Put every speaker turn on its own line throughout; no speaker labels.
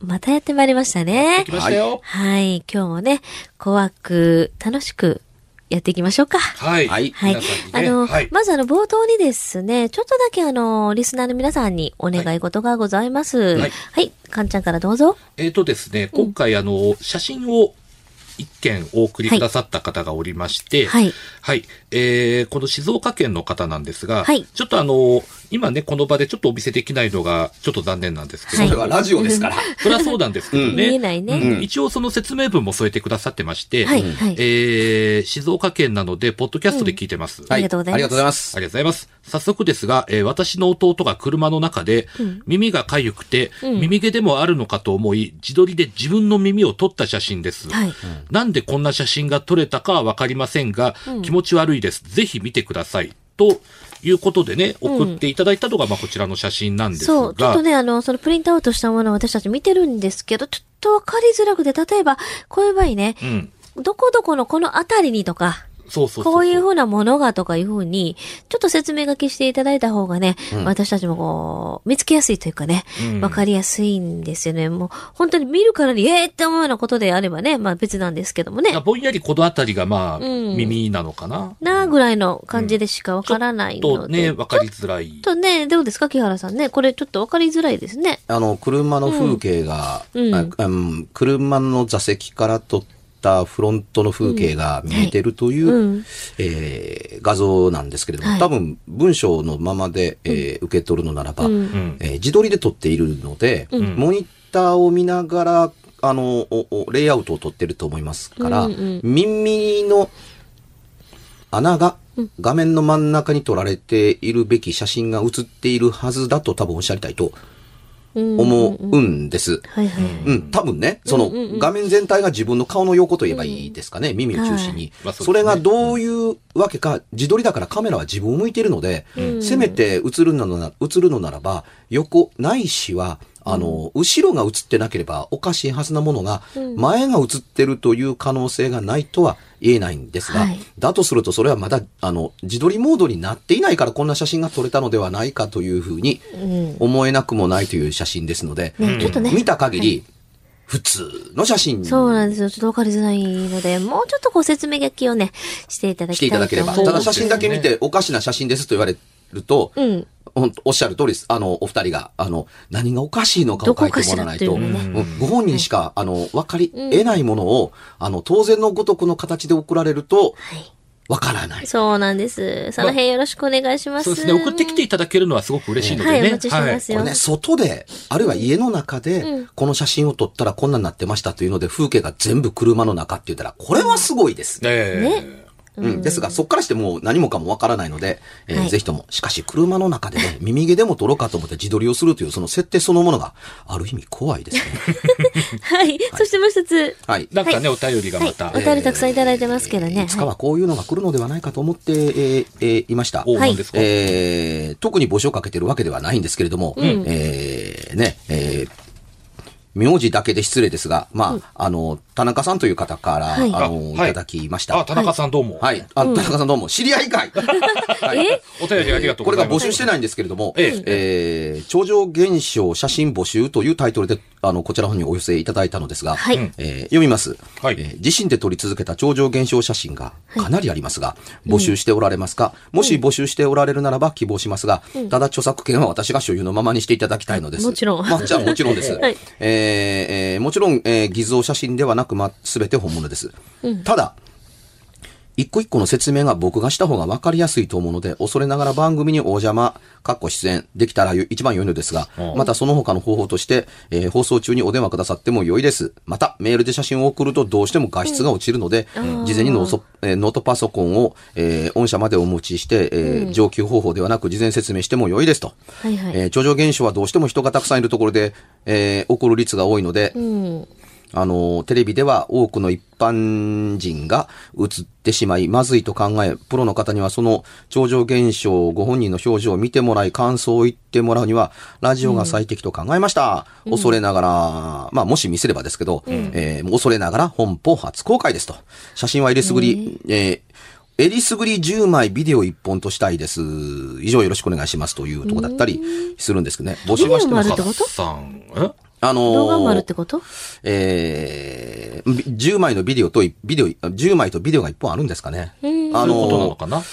またやってまいりましたね。
来ましたよ。
はい。今日もね、怖く、楽しくやっていきましょうか。
はい。
はい。
皆さんにねはい、
まず冒頭にですね、ちょっとだけリスナーの皆さんにお願い事がございます。はい。はい。かんちゃんからどうぞ。
ですね、今回写真を一件お送りくださった方がおりまして、はい。はい。この静岡県の方なんですが、はい。ちょっと今ね、この場でちょっとお見せできないのがちょっと残念なんですけど。
それはラジオですから。
それはそうなんですけどね。
見えないね。
一応その説明文も添えてくださってまして、はい。静岡県なので、ポッドキャストで聞いてます。
ありがとうございます。
ありがとうございます。
ありがとうございます。早速ですが、私の弟が車の中で、耳が痒くて、耳毛でもあるのかと思い、自撮りで自分の耳を撮った写真です。はい。なんでこんな写真が撮れたかはわかりませんが、気持ち悪いです。ぜひ見てください。ということでね、送っていただいたのが、こちらの写真なんですが。
そう、ちょっとね、そのプリントアウトしたものを私たち見てるんですけど、ちょっとわかりづらくて、例えば、こういう場合ね、どこどこのこの辺りにとか、こういう風なものがとかいう風に、ちょっと説明書きしていただいた方がね、私たちもこう、見つけやすいというかね、わかりやすいんですよね。もう、本当に見るからに、って思うようなことであればね、別なんですけどもね。
ぼんやりこの辺りが耳なのかな
ぐらいの感じでしかわからないので。
ちょっとね、わかりづらい。
ちょっとね、どうですか、木原さんね。これちょっとわかりづらいですね。
車の風景が、車の座席から撮ったフロントの風景が見えてるという、画像なんですけれども、多分文章のままで、受け取るのならば、自撮りで撮っているので、モニターを見ながらレイアウトを撮ってると思いますから、耳の穴が画面の真ん中に撮られているべき写真が写っているはずだと多分おっしゃりたいと思うんです。多分ね、その画面全体が自分の顔の横と言えばいいですかね、耳を中心に。それがどういうわけか、自撮りだからカメラは自分を向いているので、せめて映るのならば、横ないしは、後ろが映ってなければおかしいはずなものが、前が映ってるという可能性がないとは言えないんですが、だとするとそれはまだ、自撮りモードになっていないからこんな写真が撮れたのではないかというふうに思えなくもないという写真ですので、ちょっとね、見た限り、普通の写真。
そうなんですよ。ちょっとわかりづらいので、もうちょっと説明書きをね、していただきたいと思います。
していただければ。ただ写真だけ見ておかしな写真ですと言われると、おっしゃる通りです。お二人が、何がおかしいのかを書いてもらわないと、ご本人しか、わかり得ないものを、当然のごとくの形で送られると、わからない。
そうなんです。その辺よろしくお願いします。
そうですね。送ってきていただけるのはすごく嬉しいのでね。
はい、お待ちしてますよ。
これね、外で、あるいは家の中で、この写真を撮ったらこんなになってましたというので、風景が全部車の中って言ったら、これはすごいです。
ね。
ですが、そこからしてもう何もかもわからないので、ぜひとも、しかし車の中でね、耳毛でも撮ろうかと思って自撮りをするという、その設定そのものが、ある意味怖いですね。
はい。そしてもう一つ。
はい。なんかね、お便りがまた。
お便りたくさんいただいてますけどね。
いつかはこういうのが来るのではないかと思っていました。
はい。
特に募集をかけてるわけではないんですけれども、名字だけで失礼ですが、田中さんという方から、いただきました。
田中さんどうも。
はい。田中さんどうも。知り合いかい。
お便りありがとうございます。
これが募集してないんですけれども、超常現象写真募集というタイトルで、こちらの方にお寄せいただいたのですが、読みます。自身で撮り続けた超常現象写真がかなりありますが、募集しておられますか？もし募集しておられるならば希望しますが、ただ著作権は私が所有のままにしていただきたいのです。
もちろん。
じゃあもちろんです。もちろん、偽造写真ではなく、すべて本物です。ただ、一個一個の説明が僕がした方が分かりやすいと思うので、恐れながら番組にお邪魔、出演できたら一番良いのですが、またその他の方法として、放送中にお電話くださっても良いです。また、メールで写真を送るとどうしても画質が落ちるので、事前にノートパソコンを、御社までお持ちして、上級方法ではなく事前説明しても良いですと。超常現象はどうしても人がたくさんいるところで、起こる率が多いので、テレビでは多くの一般人が映ってしまいまずいと考え、プロの方にはその超常現象、ご本人の表情を見てもらい感想を言ってもらうにはラジオが最適と考えました。恐れながら、もし見せればですけど、恐れながら本邦初公開ですと。写真はえりすぐり、えりすぐり10枚ビデオ1本としたいです。以上よろしくお願いしますというところだったりするんですけどね。募集はしてます。
動画もあるってこと？
10枚のビデオと、10枚とビデオが1本あるんですかね。
そういうことなのかな？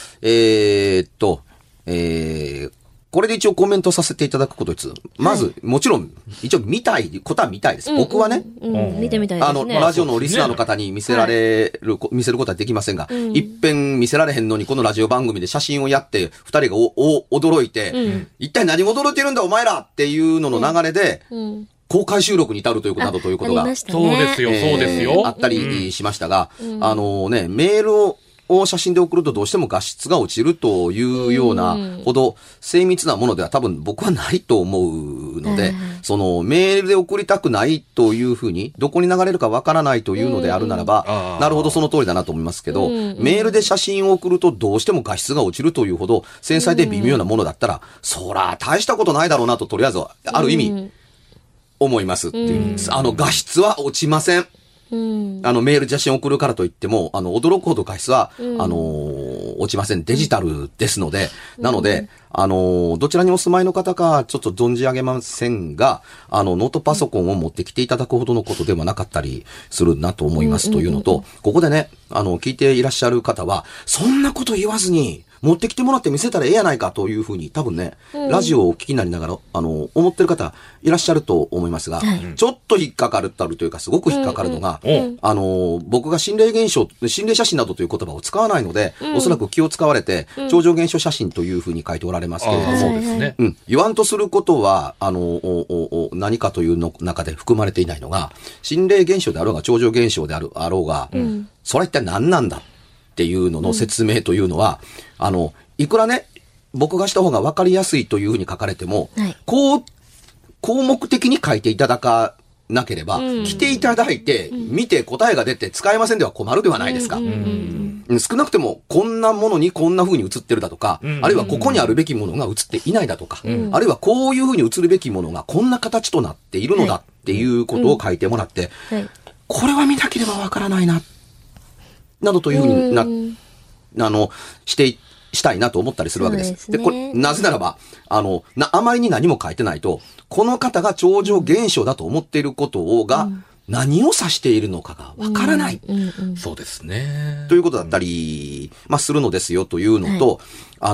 これで一応コメントさせていただくことです。まず、もちろん、一応見たいことは見たいです。僕はね、
見てみたいですね。
ラジオのリスナーの方に見せることはできませんが、一遍見せられへんのに、このラジオ番組で写真をやって、二人が驚いて、一体何が驚いてるんだお前らっていうのの流れで、公開収録に至るということなどということが、
そうですよ、そうですよ。
あったりしましたが、メールを写真で送るとどうしても画質が落ちるというようなほど精密なものでは多分僕はないと思うので、そのメールで送りたくないというふうに、どこに流れるかわからないというのであるならば、なるほどその通りだなと思いますけど、メールで写真を送るとどうしても画質が落ちるというほど繊細で微妙なものだったら、そら大したことないだろうなととりあえずある意味思いますっていう。画質は落ちません。メール写真送るからといっても、驚くほど画質は、落ちません。デジタルですので、なので、どちらにお住まいの方か、ちょっと存じ上げませんが、ノートパソコンを持ってきていただくほどのことではなかったりするなと思いますというのと、ここでね、聞いていらっしゃる方は、そんなこと言わずに、持ってきてもらって見せたらええやないかというふうに、多分ね、ラジオをお聞きになりながら、思ってる方いらっしゃると思いますが、ちょっと引っかかるというか、すごく引っかかるのが、僕が心霊写真などという言葉を使わないので、おそらく気を使われて、超常現象写真というふうに書いておられますけれども、
そうですね。
言わんとすることは、何かというの中で含まれていないのが、心霊現象であろうが、超常現象であろうが、それは一体何なんだっていうのの説明というのは、いくらね、僕がした方が分かりやすいというふうに書かれても、項目的に書いていただかなければ、来ていただいて、見て答えが出て使えませんでは困るではないですか。少なくても、こんなものにこんな風に映ってるだとか、あるいはここにあるべきものが映っていないだとか、あるいはこういう風に映るべきものがこんな形となっているのだっていうことを書いてもらって、これは見なければわからないな、などという風にしたいなと思ったりするわけです。で、これ、なぜならば、あまりに何も書いてないと、この方が超常現象だと思っていることが、何を指しているのかがわからない。
そうですね。
ということだったり、するのですよというのと、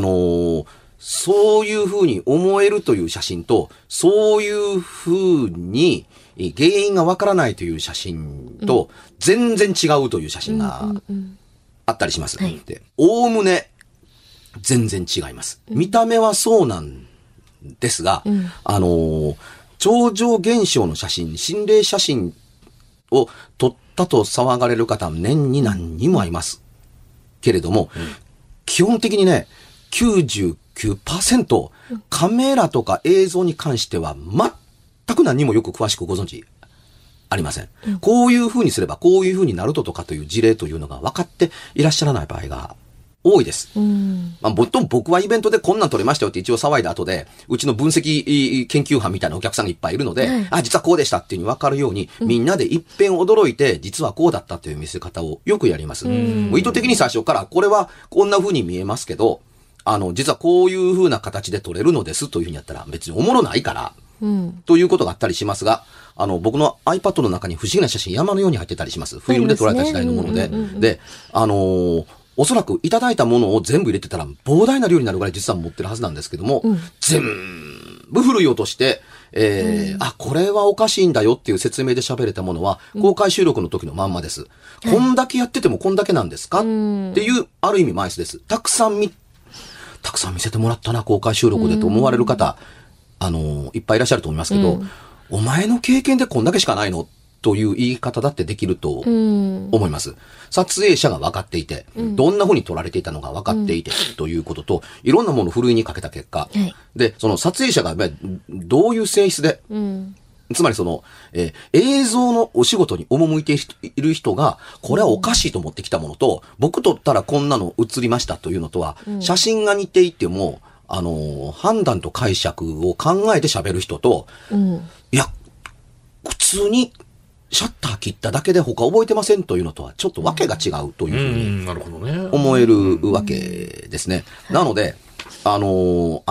そういうふうに思えるという写真と、そういうふうに原因がわからないという写真と、全然違うという写真があったりします。で、おおむね、全然違います。見た目はそうなんですが、超常現象の写真、心霊写真を撮ったと騒がれる方、年に何人もいますけれども、基本的にね、99%、カメラとか映像に関しては全く何にもよく詳しくご存知ありません。こういう風にすればこういう風になるとかという事例というのが分かっていらっしゃらない場合が多いです。僕はイベントでこんなん撮れましたよって一応騒いだ後で、うちの分析研究班みたいなお客さんがいっぱいいるので、実はこうでしたっていう風に分かるように、みんなで一遍驚いて、実はこうだったという見せ方をよくやります。意図的に最初から、これはこんな風に見えますけど、実はこういう風な形で撮れるのですという風にやったら、別におもろないから、ということがあったりしますが、僕の iPad の中に不思議な写真山のように入ってたりします。フィルムで撮られた時代のもので。で、おそらくいただいたものを全部入れてたら膨大な量になるぐらい実は持ってるはずなんですけども、全部古い落として、これはおかしいんだよっていう説明で喋れたものは、公開収録の時のまんまです。こんだけやっててもこんだけなんですかっていう、ある意味マイスです。たくさん見せてもらったな、公開収録でと思われる方、いっぱいいらっしゃると思いますけど、お前の経験でこんだけしかないのという言い方だってできると思います。撮影者が分かっていて、どんな風に撮られていたのが分かっていて、ということと、いろんなものをふるいにかけた結果、で、その撮影者がどういう性質で、つまり映像のお仕事に赴いている人が、これはおかしいと思ってきたものと、僕撮ったらこんなの映りましたというのとは、写真が似ていても、判断と解釈を考えて喋る人と、いや、普通にシャッター切っただけで他覚えてませんというのとはちょっとわけが違うというふうに思えるわけですね。なので、あな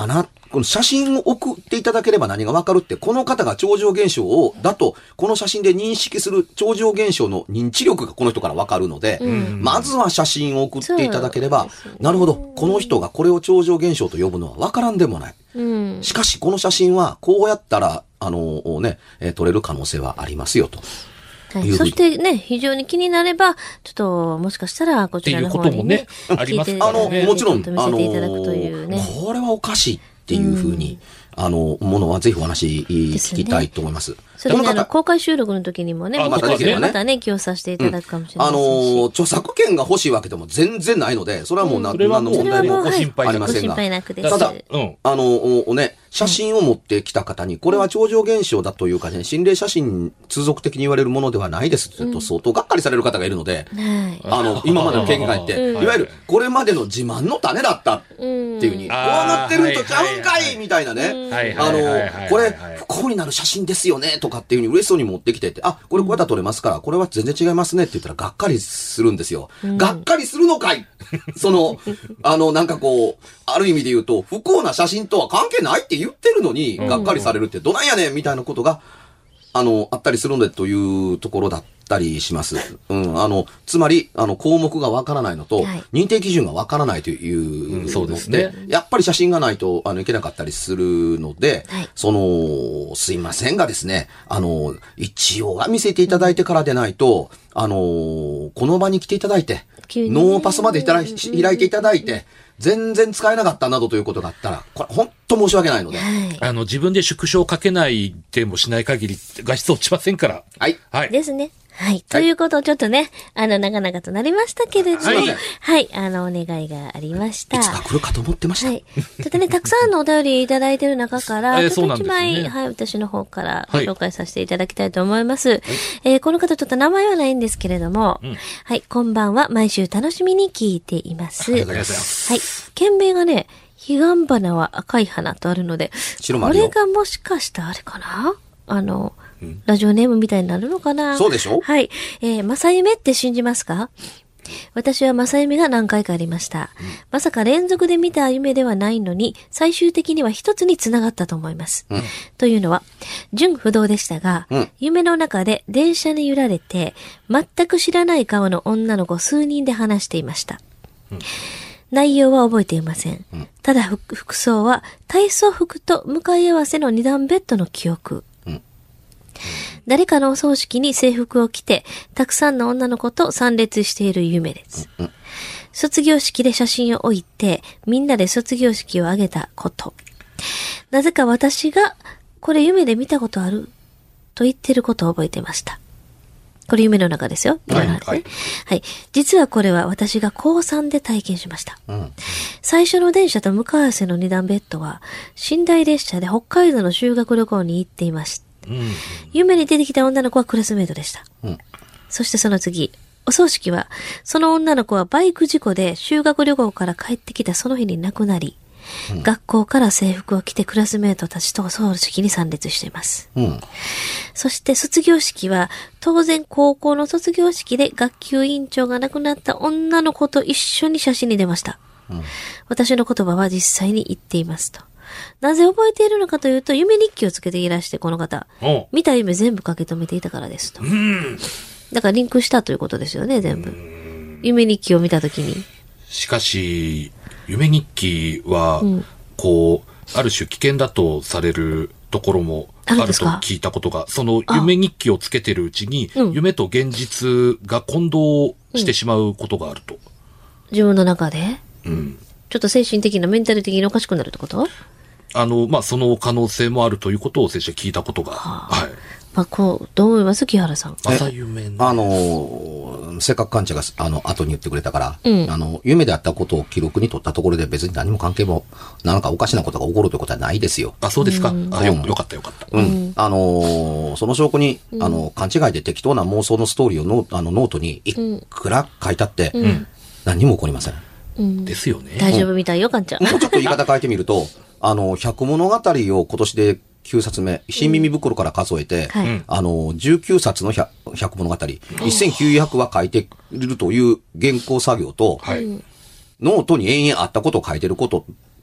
この写真を送っていただければ何がわかるって、この方が超常現象だと、この写真で認識する超常現象の認知力がこの人からわかるので、まずは写真を送っていただければ、なるほど、この人がこれを超常現象と呼ぶのはわからんでもない。しかし、この写真はこうやったら、撮れる可能性はありますよと。
はい、そしてね、非常に気になれば、ちょっと、もしかしたら、こちらの方にね、
あります
ね。
もちろん、
見せていただくというね。
これはおかしいっていうふうに、ものはぜひお話聞きたいと思います。
それに公開収録の時にもね、またね、起用させていただくかもしれないし。
著作権が欲しいわけでも全然ないので、それはもう何の問題もご心配ありませんが。ただ、写真を持ってきた方に、これは超常現象だというかね、心霊写真通俗的に言われるものではないですって言うと相当がっかりされる方がいるので、今までの経験があって、いわゆるこれまでの自慢の種だったっていうふうに、こうなってるとちゃうんかいみたいなね、これ不幸になる写真ですよねとかっていうふうに嬉しそうに持ってきてて、あ、これこうやったら撮れますから、これは全然違いますねって言ったらがっかりするんですよ。がっかりするのかいなんかこう、ある意味で言うと、不幸な写真とは関係ないって言ってるのに、がっかりされるってどないやねんみたいなことが、あったりするのでというところだったりします。つまり、項目がわからないのと、認定基準がわからないという
そうですね。
やっぱり写真がないと、いけなかったりするので、すいませんがですね、一応は見せていただいてからでないと、この場に来ていただいて、ノーパスまで開いていただいて、全然使えなかったなどということがあったら、これ本当申し訳ないので。
自分で縮小かけないでもしない限り画質落ちませんから。
はい。
はい。ですね。はい。ということをちょっとね、長々となりましたけれども、はい。お願いがありました。
いつか来るかと思ってました。はい。
ちょっとね、たくさんのお便りいただいている中から、ちょっと一枚、はい、私の方からご紹介させていただきたいと思います。この方ちょっと名前はないんですけれども、はい、こんばんは。毎週楽しみに聞いています。
ありがとうございます。
はい。件名がね、彼岸花は赤い花とあるので、これがもしかしたらあれかな？ラジオネームみたいになるのかな？
そうでしょ？
はい。正夢って信じますか？私は正夢が何回かありました。まさか連続で見た夢ではないのに、最終的には一つに繋がったと思います。というのは、純不動でしたが、夢の中で電車に揺られて、全く知らない顔の女の子数人で話していました。内容は覚えていません。ただ服装は体操服と向かい合わせの二段ベッドの記憶。誰かのお葬式に制服を着て、たくさんの女の子と参列している夢です。卒業式で写真を置いて、みんなで卒業式を挙げたこと。なぜか私が、これ夢で見たことあると言ってることを覚えていました。これ夢の中ですよ。はい。はい。実はこれは私が高3で体験しました。最初の電車と向かい合わせの二段ベッドは、寝台列車で北海道の修学旅行に行っていました。夢に出てきた女の子はクラスメイトでした。そしてその次、お葬式は、その女の子はバイク事故で修学旅行から帰ってきたその日に亡くなり、学校から制服を着てクラスメイトたちとお葬式に参列しています。そして卒業式は、当然高校の卒業式で学級委員長が亡くなった女の子と一緒に写真に出ました。私の言葉は実際に言っていますと。なぜ覚えているのかというと、夢日記をつけていらして、この方。見た夢全部書き留めていたからですと。だからリンクしたということですよね、全部。夢日記を見たときに。
しかし、夢日記は、ある種危険だとされるところもあると聞いたことが、その夢日記をつけてるうちに、夢と現実が混同してしまうことがあると。
自分の中でちょっと精神的な、メンタル的におかしくなるってこと？
その可能性もあるということを先生聞いたことが。はい。
どう思います木原さん。
朝夢の。
せっかくカンちゃんが、後に言ってくれたから、夢であったことを記録に取ったところで別に何も関係も、なんかおかしなことが起こるということはないですよ。
そうですか。よかったよかった。
その証拠に、勘違いで適当な妄想のストーリーをノートにいくら書いたって、何にも起こりません。
ですよね。
大丈夫みたいよ、カンちゃん。
もうちょっと言い方変えてみると、百物語を今年で9冊目、新耳袋から数えて、19冊の百物語、1900は書いているという原稿作業と、ノートに延々あったことを書いてること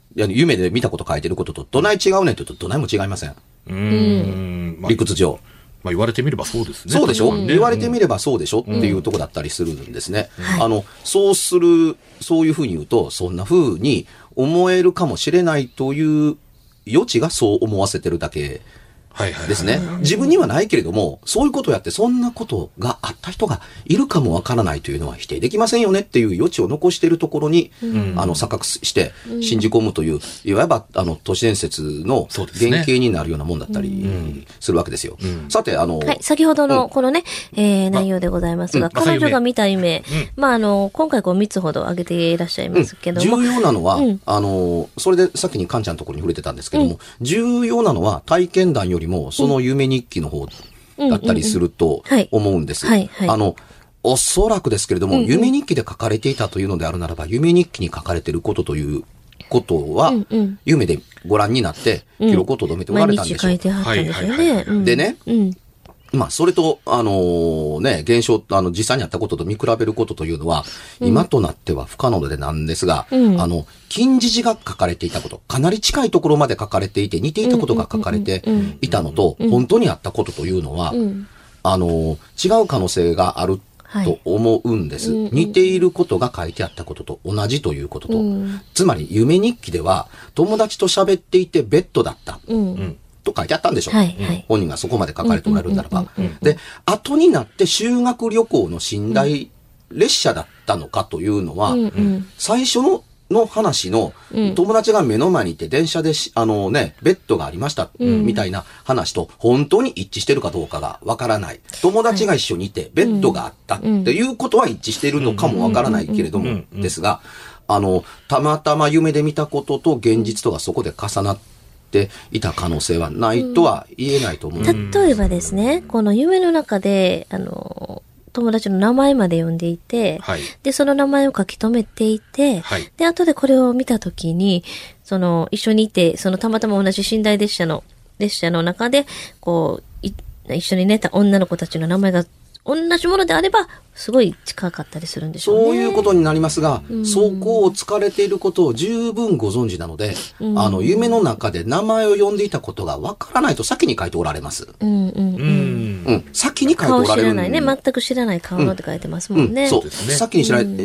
夢で見たこと書いてることとどない違うねんって言うとどないも違いません。理屈上。
まあ、言われてみればそうですね。
そうでしょ、言われてみればそうでしょ、っていうとこだったりするんですね。そういうふうに言うと、そんなふうに思えるかもしれないという余地がそう思わせてるだけですね。自分にはないけれども、そういうことをやってそんなことがあった人がいるかもわからないというのは否定できませんよねっていう余地を残しているところに、錯覚して信じ込むという、いわば都市伝説の原型になるようなもんだったりするわけですよ。さて、
先ほどのこのね、内容でございますが、彼女が見た夢、今回3つほど挙げていらっしゃいますけども。
重要なのは、それでさっきにカンちゃんのところに触れてたんですけども、重要なのは体験談よりもその夢日記の方だったりすると思うんです。おそらくですけれども、夢日記で書かれていたというのであるならば、夢日記に書かれていることということは、夢でご覧になって記録を留めておられたんでしょう。
毎日書いてはったんですよね。
でね、それと、現象、実際にあったことと見比べることというのは、今となっては不可能でなんですが、近似値が書かれていたこと、かなり近いところまで書かれていて、似ていたことが書かれていたのと、本当にあったことというのは、違う可能性があると思うんです。似ていることが書いてあったことと同じということと、つまり夢日記では、友達と喋っていてベッドだった。と書いてあったんでしょう。本人がそこまで書かれておられるならば。で、後になって修学旅行の寝台列車だったのかというのは、最初の話の友達が目の前にいて電車でベッドがありました、みたいな話と本当に一致してるかどうかがわからない。友達が一緒にいてベッドがあったっていうことは一致しているのかもわからないけれども、ですが、たまたま夢で見たことと現実とがそこで重なっていた可能性はないとは言えないと思う。
例えばですね、この夢の中で、友達の名前まで呼んでいて、で、その名前を書き留めていて、で、後でこれを見たときに、一緒にいて、たまたま同じ寝台列車の中で、一緒に寝た女の子たちの名前が同じものであれば、すごい近かったりするんでしょうね。
そういうことになりますが、そこを疲れていることを十分ご存知なので、夢の中で名前を呼んでいたことがわからないと先に書いておられます。先に書いておられる。
顔知らないね。全く知らない顔のって書いてますもんね。
そうですね。先に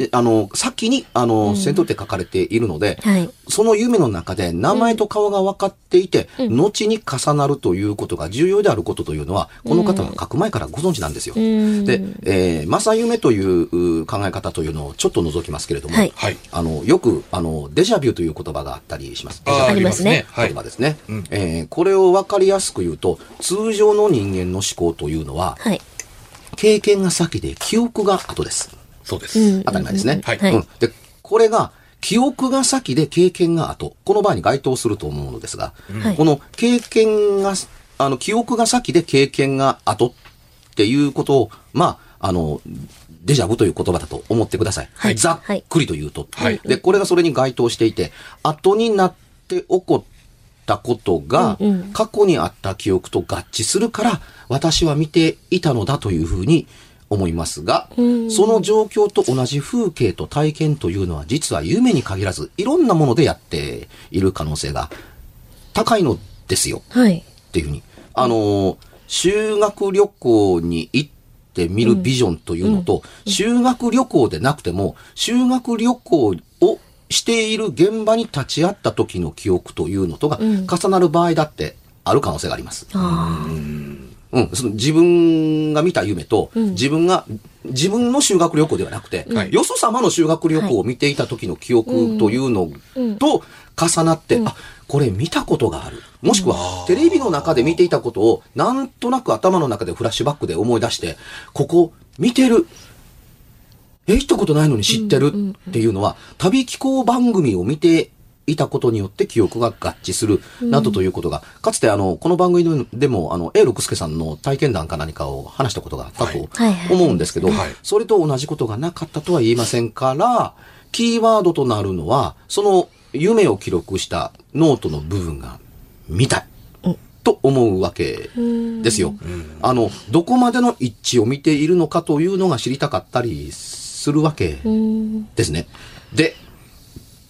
先取って書かれているので、その夢の中で名前と顔が分かっていて、後に重なるということが重要であることというのは、この方が書く前からご存知なんですよ。で、正夢という考え方というのをちょっと覗きますけれども、よくデジャビューという言葉があったりします。
ありますね。
言葉ですね。これを分かりやすく言うと、通常の人間の思考というのは、経験が先で記憶が後です。
そうです。
当たり前ですね。で、これが記憶が先で経験が後、この場合に該当すると思うのですが、この経験が記憶が先で経験が後っていうことを、デジャブという言葉だと思ってください。ざっくりと言うと。で、これがそれに該当していて、後になって起こったことが、過去にあった記憶と合致するから、私は見ていたのだというふうに思いますが、その状況と同じ風景と体験というのは、実は夢に限らず、いろんなものでやっている可能性が高いのですよ。っていうふうに。修学旅行に行って見るビジョンというのと、修学旅行でなくても、修学旅行をしている現場に立ち会った時の記憶というのとが重なる場合だってある可能性があります。その自分が見た夢と、自分の修学旅行ではなくて、よそ様の修学旅行を見ていた時の記憶というのと重なって、これ見たことがある。もしくはテレビの中で見ていたことをなんとなく頭の中でフラッシュバックで思い出して、ここ見てる。行ったことないのに知ってるっていうのは、旅気候番組を見ていたことによって記憶が合致するなどということが、かつてこの番組でもA六輔さんの体験談か何かを話したことがあったと思うんですけど、それと同じことがなかったとは言えませんから、キーワードとなるのは、その夢を記録したノートの部分が見たいと思うわけですよ。どこまでの一致を見ているのかというのが知りたかったりするわけですね。で、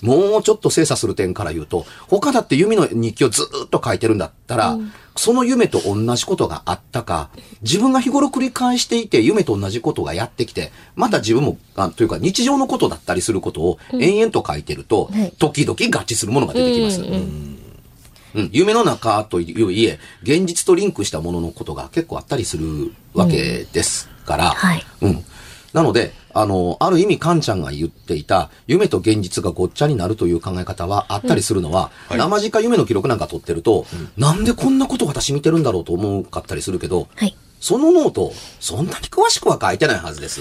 もうちょっと精査する点から言うと、他だって夢の日記をずっと書いてるんだったら、その夢と同じことがあったか、自分が日頃繰り返していて夢と同じことがやってきて、また自分も、というか日常のことだったりすることを延々と書いてると、時々合致するものが出てきます。夢の中という家、現実とリンクしたもののことが結構あったりするわけですから、なので、ある意味、カンちゃんが言っていた、夢と現実がごっちゃになるという考え方はあったりするのは、生直夢の記録なんか取ってると、なんでこんなこと私見てるんだろうと思うかったりするけど、そのノート、そんなに詳しくは書いてないはずです。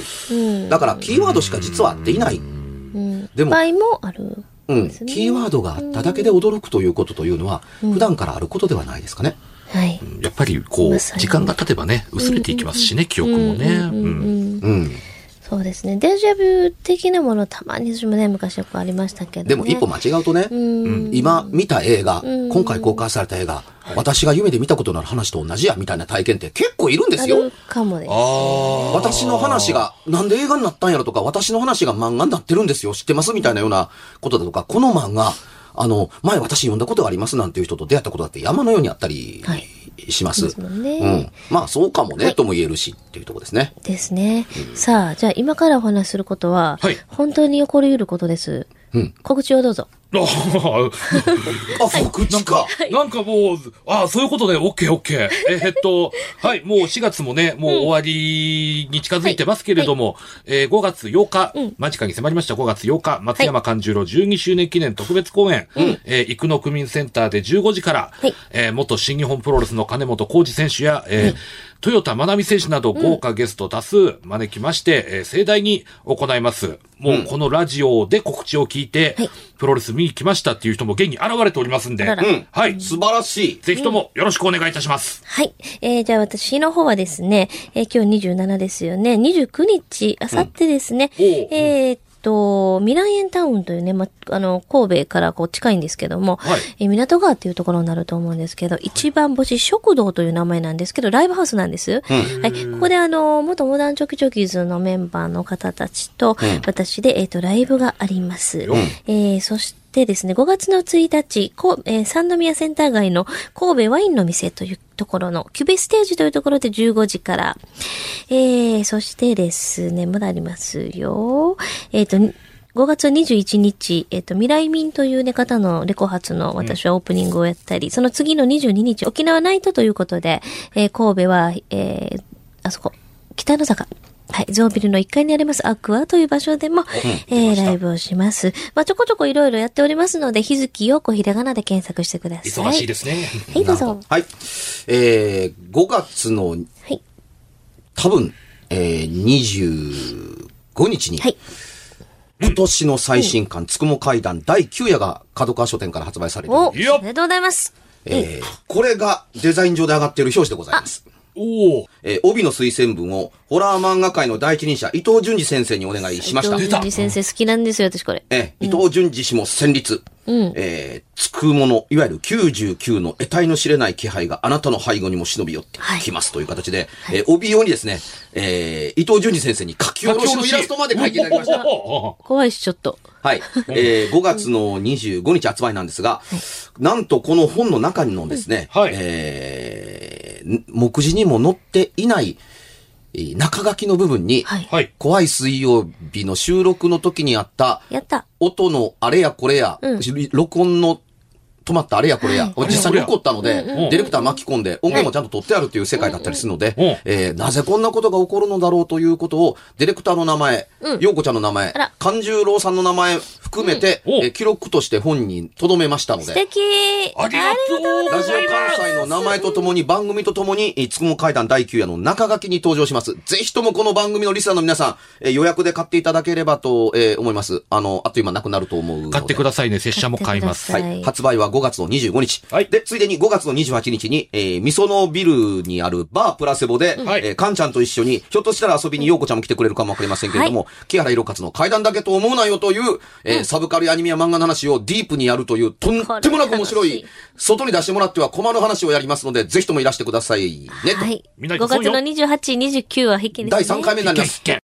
だから、キーワードしか実はあっていない。
でも、場合もある。
キーワードがあっただけで驚くということというのは、普段からあることではないですかね。
やっぱり、時間が経てばね、薄れていきますしね、記憶もね。
そうですね。デジャブ的なものたまに私もね、昔よくありましたけど、ね。
でも一歩間違うとね、今見た映画、今回公開された映画、私が夢で見たことのある話と同じや、みたいな体験って結構いるんですよ。
あるかもです。
私の話が、なんで映画になったんやろとか、私の話が漫画になってるんですよ、知ってますみたいなようなことだとか、この漫画、前私読んだことがありますなんていう人と出会ったことだって山のようにあったり、します。まあそうかもね、とも言えるしっていうところですね。
ですね。さあ、じゃあ今からお話しすることは、本当に起こり得ることです。告知をどうぞ。
告知か。
なんかもう、そういうことで、OK。はい、もう4月もね、もう終わりに近づいてますけれども、5月8日、間近に迫りました5月8日、松山勘十郎12周年記念特別公演、生野区民センターで15時から、元新日本プロレスの金本浩二選手や、豊田真奈美選手など豪華ゲスト多数招きまして、盛大に行います。もうこのラジオで告知を聞いて、プロレス見に来ましたっていう人も現に現れておりますんで、はい。
素晴らしい。
ぜひともよろしくお願いいたします。
はい。じゃあ私の方はですね、今日27ですよね。29日、あさってですね、ミランエンタウンというね、神戸から近いんですけども、港川っていうところになると思うんですけど、一番星食堂という名前なんですけど、ライブハウスなんです。ここで元モダンチョキチョキズのメンバーの方たちと、私で、ライブがあります。そしてですね、5月の1日、三宮センター街の神戸ワインの店というところのキュベステージというところで15時から、そしてですね、まだありますよ。5月21日、未来民というね、方のレコ発の私はオープニングをやったり、その次の22日、沖縄ナイトということで、神戸は、あそこ、北の坂。ゾウビルの1階にありますアクアという場所でも、ライブをします。ちょこちょこいろいろやっておりますので、日月陽子ひらがなで検索してください。
忙しいですね。
はい、どうぞ。
はい。5月の、多分、25日に、今年の最新刊、つくも怪談第9夜が角川書店から発売されています。
おめでとうございます。
これがデザイン上で上がっている表紙でございます。帯の推薦文をホラー漫画界の第一人者伊藤淳二先生にお願いしました。
伊藤淳二先生好きなんですよ、私これ。
伊藤淳二氏も戦慄。つくもの、いわゆる99の得体の知れない気配があなたの背後にも忍び寄ってきますという形で、帯用にですね、伊藤淳二先生に書き下ろしのイラストまで書いていただきました。
怖いし、ちょっと。
はい。5月の25日発売なんですが、なんとこの本の中のですね、目次にも載っていない中書きの部分に、怖い水曜日の収録の時にあった、音のあれやこれや、録音の止まったあれやこれや、実際に起こったので、ディレクター巻き込んで音源もちゃんと取ってあるという世界だったりするので、なぜこんなことが起こるのだろうということを、ディレクターの名前、陽子ちゃんの名前、勘十郎さんの名前含めて、記録として本に留めましたので。
素敵
ありがとうございます。
ラジオ関西の名前とともに、番組とともに、つくも怪談第9夜の中書きに登場します。ぜひともこの番組のリスナーの皆さん、予約で買っていただければと、思います。あっという間なくなると思うので。
買ってくださいね。拙者も買います。
発売は5月の25日。で、ついでに5月の28日に、みそのビルにあるバープラセボで、かんちゃんと一緒に、ひょっとしたら遊びに陽子ちゃんも来てくれるかもわかりませんけれども、木原色勝の怪談だけと思うなよという、サブカルアニメや漫画の話をディープにやるという、とんでもなく面白い、外に出してもらっては困る話をやりますので、ぜひともいらしてくださいねと。
5月の28、29は必見ですね。
第3回目になります。